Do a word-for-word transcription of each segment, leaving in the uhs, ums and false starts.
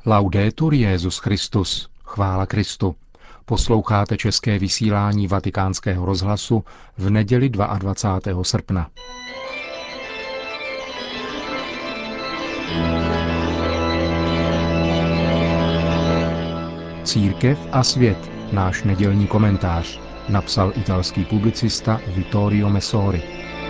Laudetur Jesus Christus, chvála Kristu. Posloucháte české vysílání Vatikánského rozhlasu v neděli dvacátého druhého srpna. Církev a svět, náš nedělní komentář, napsal italský publicista Vittorio Messori.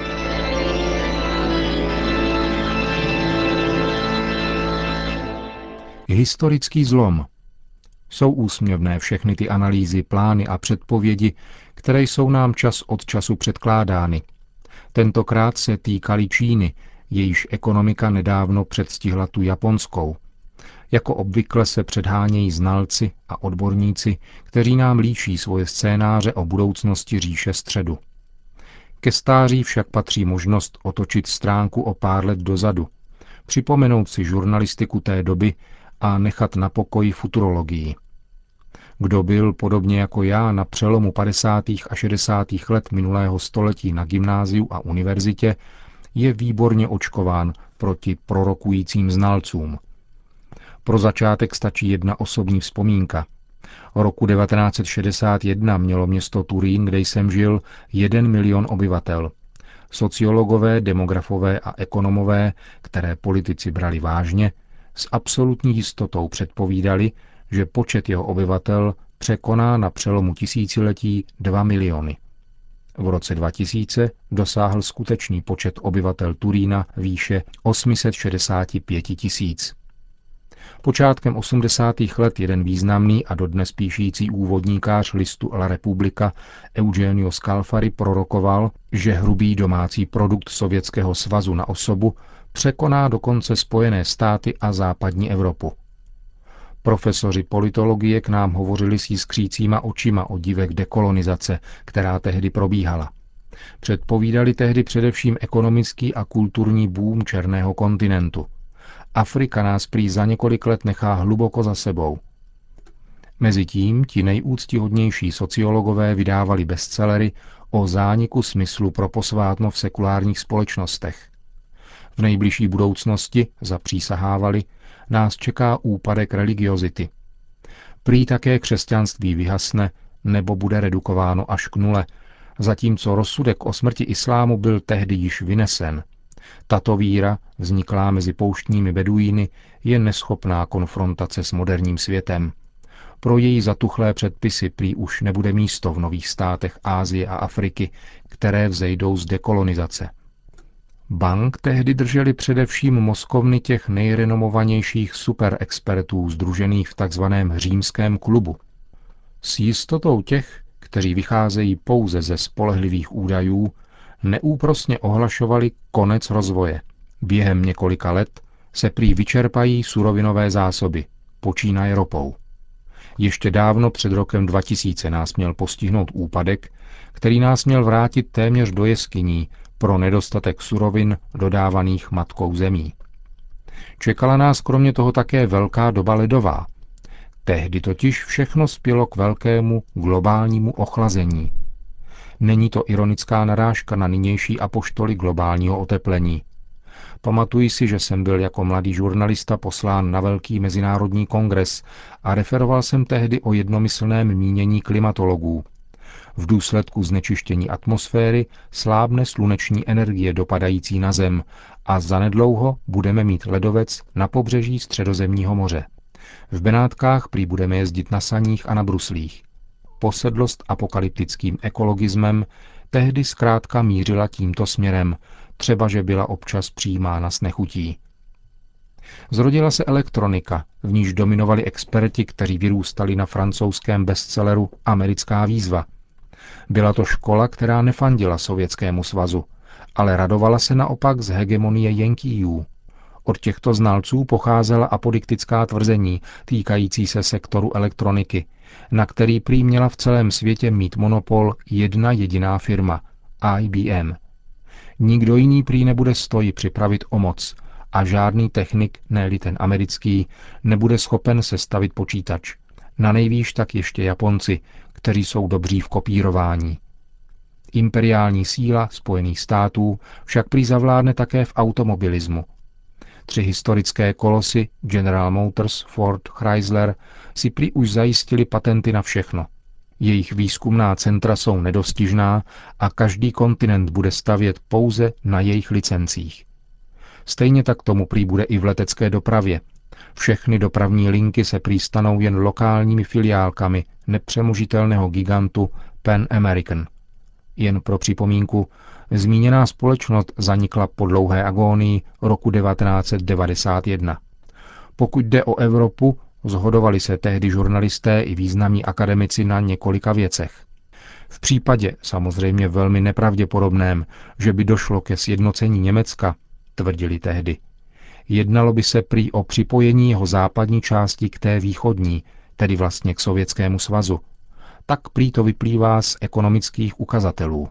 Historický zlom. Jsou úsměvné všechny ty analýzy, plány a předpovědi, které jsou nám čas od času předkládány. Tentokrát se týkaly Číny, jejíž ekonomika nedávno předstihla tu japonskou. Jako obvykle se předhánějí znalci a odborníci, kteří nám líčí svoje scénáře o budoucnosti říše středu. Ke stáří však patří možnost otočit stránku o pár let dozadu, připomenout si žurnalistiku té doby a nechat na pokoji futurologii. Kdo byl, podobně jako já, na přelomu padesátých a šedesátých let minulého století na gymnáziu a univerzitě, je výborně očkován proti prorokujícím znalcům. Pro začátek stačí jedna osobní vzpomínka. Roku devatenáct set šedesát jedna mělo město Turín, kde jsem žil, jeden milion obyvatel. Sociologové, demografové a ekonomové, které politici brali vážně, s absolutní jistotou předpovídali, že počet jeho obyvatel překoná na přelomu tisíciletí dva miliony. V roce dva tisíce dosáhl skutečný počet obyvatel Turína výše osm set šedesát pět tisíc. Počátkem osmdesátých let jeden významný a dodnes píšící úvodníkář listu La Repubblica Eugenio Scalfari prorokoval, že hrubý domácí produkt Sovětského svazu na osobu překoná dokonce Spojené státy a západní Evropu. Profesoři politologie k nám hovořili s jiskřícíma očima o divech dekolonizace, která tehdy probíhala. Předpovídali tehdy především ekonomický a kulturní boom černého kontinentu. Afrika nás prý za několik let nechá hluboko za sebou. Mezitím ti nejúctihodnější sociologové vydávali bestsellery o zániku smyslu pro posvátno v sekulárních společnostech. V nejbližší budoucnosti, zapřísahávali, nás čeká úpadek religiozity. Prý také křesťanství vyhasne nebo bude redukováno až k nule, zatímco rozsudek o smrti islámu byl tehdy již vynesen. Tato víra, vzniklá mezi pouštními beduíny, je neschopná konfrontace s moderním světem. Pro její zatuchlé předpisy prý už nebude místo v nových státech Asie a Afriky, které vzejdou z dekolonizace. Bank tehdy drželi především mozkovny těch nejrenomovanějších superexpertů sdružených v takzvaném římském klubu. S jistotou těch, kteří vycházejí pouze ze spolehlivých údajů, neúprosně ohlašovali konec rozvoje. Během několika let se prý vyčerpají surovinové zásoby, počínaje ropou. Ještě dávno před rokem dva tisíce nás měl postihnout úpadek, který nás měl vrátit téměř do jeskyní pro nedostatek surovin dodávaných matkou zemí. Čekala nás kromě toho také velká doba ledová. Tehdy totiž všechno spělo k velkému globálnímu ochlazení. Není to ironická narážka na nynější apoštoly globálního oteplení. Pamatuji si, že jsem byl jako mladý žurnalista poslán na velký mezinárodní kongres a referoval jsem tehdy o jednomyslném mínění klimatologů. V důsledku znečištění atmosféry slábne sluneční energie dopadající na Zem a zanedlouho budeme mít ledovec na pobřeží Středozemního moře. V Benátkách prý budeme jezdit na saních a na bruslích. Posedlost apokalyptickým ekologismem tehdy zkrátka mířila tímto směrem, třeba že byla občas přijímána s nechutí. Zrodila se elektronika, v níž dominovali experti, kteří vyrůstali na francouzském bestselleru Americká výzva. Byla to škola, která nefandila Sovětskému svazu, ale radovala se naopak z hegemonie Yankeeů. Od těchto znalců pocházela apodiktická tvrzení týkající se sektoru elektroniky, na který prý měla v celém světě mít monopol jedna jediná firma, I B M. Nikdo jiný prý nebude stoji připravit o moc a žádný technik, ne-li ten americký, nebude schopen sestavit počítač. Na nejvýš tak ještě Japonci, kteří jsou dobří v kopírování. Imperiální síla Spojených států však prý zavládne také v automobilismu. Tři historické kolosy, General Motors, Ford, Chrysler, si prý už zajistili patenty na všechno. Jejich výzkumná centra jsou nedostižná a každý kontinent bude stavět pouze na jejich licencích. Stejně tak tomu prý bude i v letecké dopravě. Všechny dopravní linky se prý stanou jen lokálními filiálkami nepřemožitelného gigantu Pan American. Jen pro připomínku, zmíněná společnost zanikla po dlouhé agónii roku devatenáct set devadesát jedna. Pokud jde o Evropu, shodovali se tehdy žurnalisté i významní akademici na několika věcech. V případě, samozřejmě velmi nepravděpodobném, že by došlo ke sjednocení Německa, tvrdili tehdy, jednalo by se prý o připojení jeho západní části k té východní, tedy vlastně k Sovětskému svazu. Tak prý to vyplývá z ekonomických ukazatelů.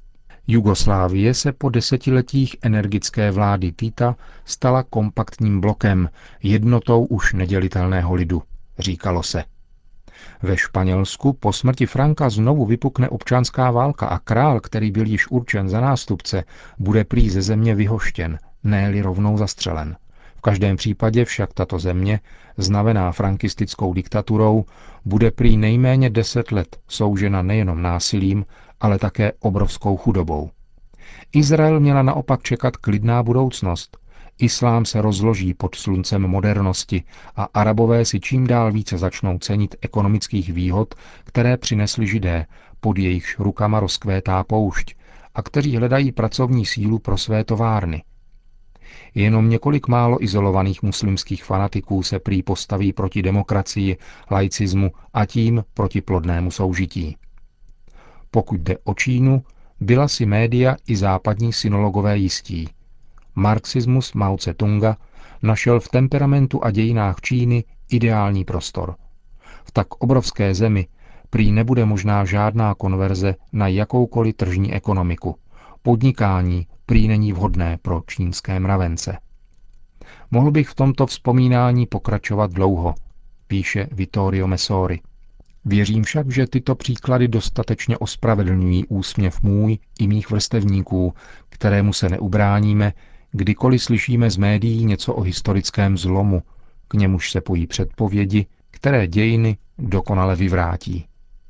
Jugoslávie se po desetiletích energické vlády Tita stala kompaktním blokem, jednotou už nedělitelného lidu, říkalo se. Ve Španělsku po smrti Franka znovu vypukne občanská válka a král, který byl již určen za nástupce, bude prý ze země vyhoštěn, ne-li rovnou zastřelen. V každém případě však tato země, znavená frankistickou diktaturou, bude prý nejméně deset let soužena nejenom násilím, ale také obrovskou chudobou. Izrael měla naopak čekat klidná budoucnost. Islám se rozloží pod sluncem modernosti a Arabové si čím dál více začnou cenit ekonomických výhod, které přinesli Židé, pod jejichž rukama rozkvétá poušť, a kteří hledají pracovní sílu pro své továrny. Jenom několik málo izolovaných muslimských fanatiků se prý postaví proti demokracii, laicismu a tím proti plodnému soužití. Pokud jde o Čínu, byla si média i západní synologové jistí. Marxismus Mao Tse-tunga našel v temperamentu a dějinách Číny ideální prostor. V tak obrovské zemi prý nebude možná žádná konverze na jakoukoliv tržní ekonomiku. Podnikání prý není vhodné pro čínské mravence. Mohl bych v tomto vzpomínání pokračovat dlouho, píše Vittorio Messori. Věřím však, že tyto příklady dostatečně ospravedlňují úsměv můj i mých vrstevníků, kterému se neubráníme, kdykoliv slyšíme z médií něco o historickém zlomu, k němuž se pojí předpovědi, které dějiny dokonale vyvrátí.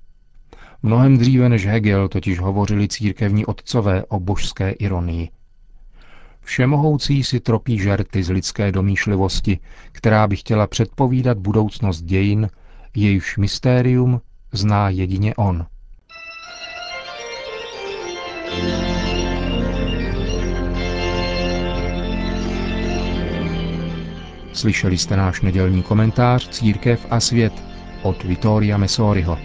Mnohem dříve než Hegel totiž hovořili církevní otcové o božské ironii. Všemohoucí si tropí žerty z lidské domýšlivosti, která by chtěla předpovídat budoucnost dějin, jejichž mystérium zná jedině on. Slyšeli jste náš nedělní komentář Církev a svět od Vittoria Messoriho.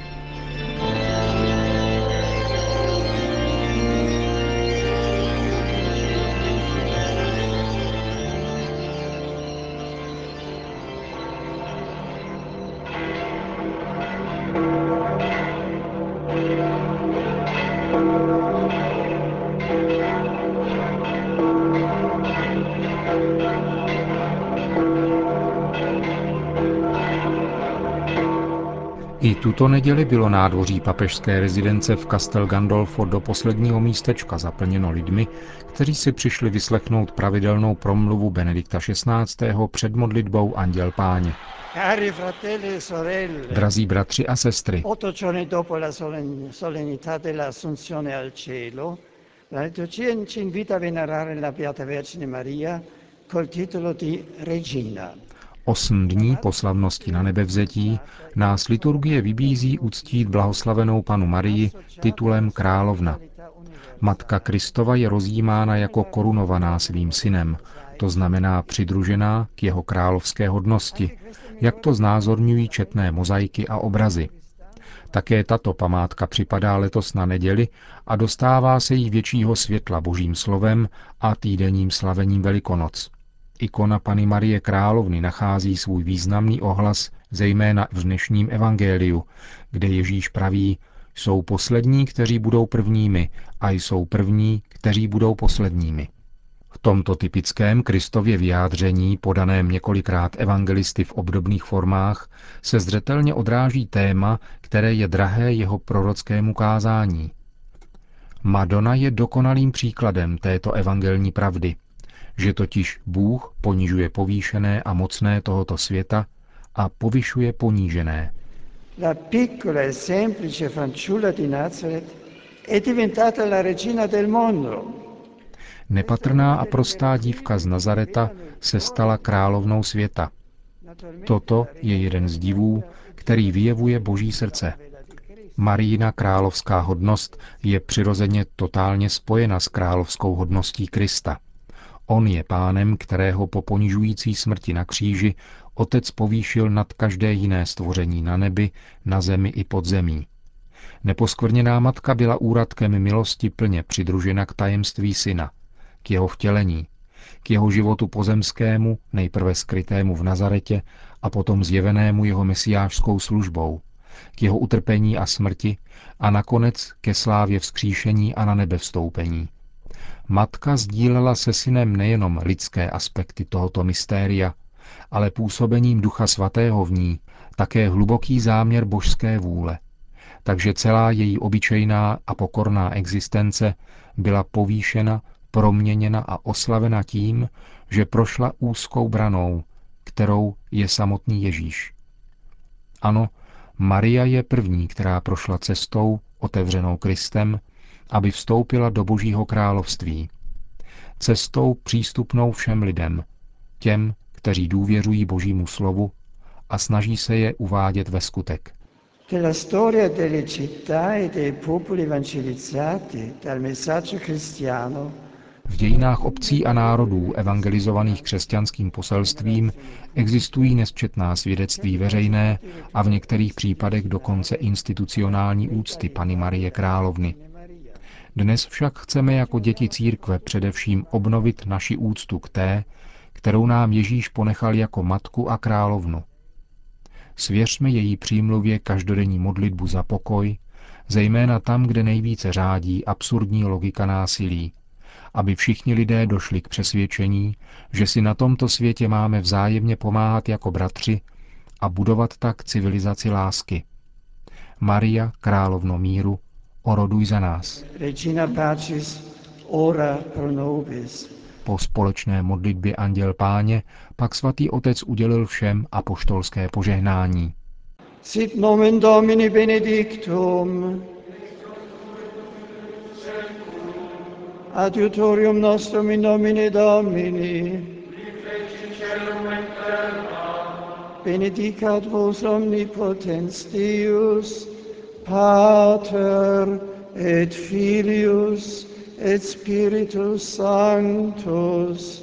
I tuto neděli bylo nádvoří papežské rezidence v Castel Gandolfo do posledního místečka zaplněno lidmi, kteří si přišli vyslechnout pravidelnou promluvu Benedikta šestnáctého před modlitbou Anděl Páně. Drazí bratři a sestry, Otto giorni dopo la solennità dell'Assunzione al cielo, la liturgia ci invita a venerare la Beata Vergine Maria col titolo di Regina. Osm dní po slavnosti na nebevzetí nás liturgie vybízí uctít blahoslavenou Panu Marii titulem královna. Matka Kristova je rozjímána jako korunovaná svým synem, to znamená přidružená k jeho královské hodnosti, jak to znázorňují četné mozaiky a obrazy. Také tato památka připadá letos na neděli a dostává se jí většího světla božím slovem a týdenním slavením Velikonoc. Ikona Panny Marie Královny nachází svůj významný ohlas zejména v dnešním evangeliu, kde Ježíš praví, jsou poslední, kteří budou prvními, a jsou první, kteří budou posledními. V tomto typickém Kristově vyjádření, podaném několikrát evangelisty v obdobných formách, se zřetelně odráží téma, které je drahé jeho prorockému kázání. Madonna je dokonalým příkladem této evangelní pravdy. že totiž Bůh ponižuje povýšené a mocné tohoto světa a povyšuje ponížené. La piccola e semplice fanciulla di Nazaret è diventata la regina del mondo. Nepatrná a prostá dívka z Nazareta se stala královnou světa. Toto je jeden z divů, který vyjevuje Boží srdce. Marijina královská hodnost je přirozeně totálně spojena s královskou hodností Krista. On je pánem, kterého po ponižující smrti na kříži Otec povýšil nad každé jiné stvoření na nebi, na zemi i pod zemí. Neposkvrněná matka byla úradkem milosti plně přidružena k tajemství syna, k jeho vtělení, k jeho životu pozemskému, nejprve skrytému v Nazaretě a potom zjevenému jeho mesiášskou službou, k jeho utrpení a smrti a nakonec ke slávě vzkříšení a na nebe vstoupení. Matka sdílela se synem nejenom lidské aspekty tohoto mystéria, ale působením Ducha Svatého v ní také hluboký záměr božské vůle. Takže celá její obyčejná a pokorná existence byla povýšena, proměněna a oslavena tím, že prošla úzkou branou, kterou je samotný Ježíš. Ano, Maria je první, která prošla cestou, otevřenou Kristem, aby vstoupila do Božího království. Cestou přístupnou všem lidem, těm, kteří důvěřují Božímu slovu a snaží se je uvádět ve skutek. Della storia delle città e dei popoli evangelizzati dal messaggio cristiano. V dějinách obcí a národů evangelizovaných křesťanským poselstvím existují nesčetná svědectví veřejné a v některých případech dokonce institucionální úcty Panny Marie Královny. Dnes však chceme jako děti církve především obnovit naši úctu k té, kterou nám Ježíš ponechal jako matku a královnu. Svěřme její přímluvě každodenní modlitbu za pokoj, zejména tam, kde nejvíce řádí absurdní logika násilí, aby všichni lidé došli k přesvědčení, že si na tomto světě máme vzájemně pomáhat jako bratři a budovat tak civilizaci lásky. Maria, královno míru, oroduj za nás. Regina Pacis, ora pro nobis. Po společné modlitbě Anděl Páně pak svatý otec udělil všem apoštolské požehnání. Sit nomen Domini benedictum. Adiutorium nostrum in nomine Domini. Benedicat vos omnipotens Deus, Pater et Filius et Spiritus Sanctus.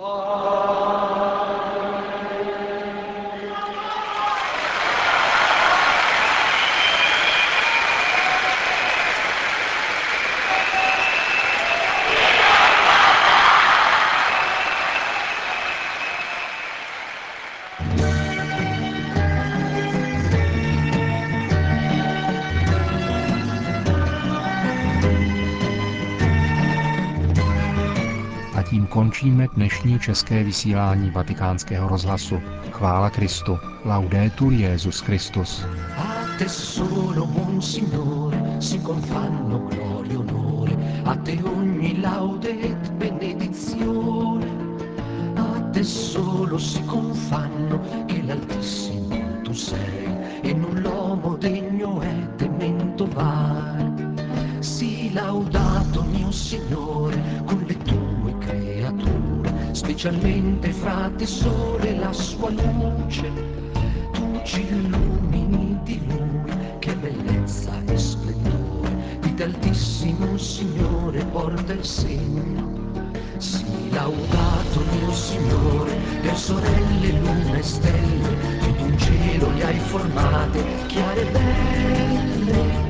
Tím končíme dnešní české vysílání Vatikánského rozhlasu. Chvála Kristu. Laudetur Jesus Christus. A te solo, Monsignore, si confanno gloria e onore, a te ogni laude et benedizione. A te solo si confanno che l'Altissimo tu sei, e null'uomo degno è temento var. Sii laudato, mio Signore, con le tue creature, specialmente fra te sole la sua luce. Tu ci illumini di Lui, che bellezza e splendore, di te Altissimo Signore porta il segno. Sii laudato, mio Signore, per sorelle, luna e stelle, che d'un cielo li hai formate, chiare e belle.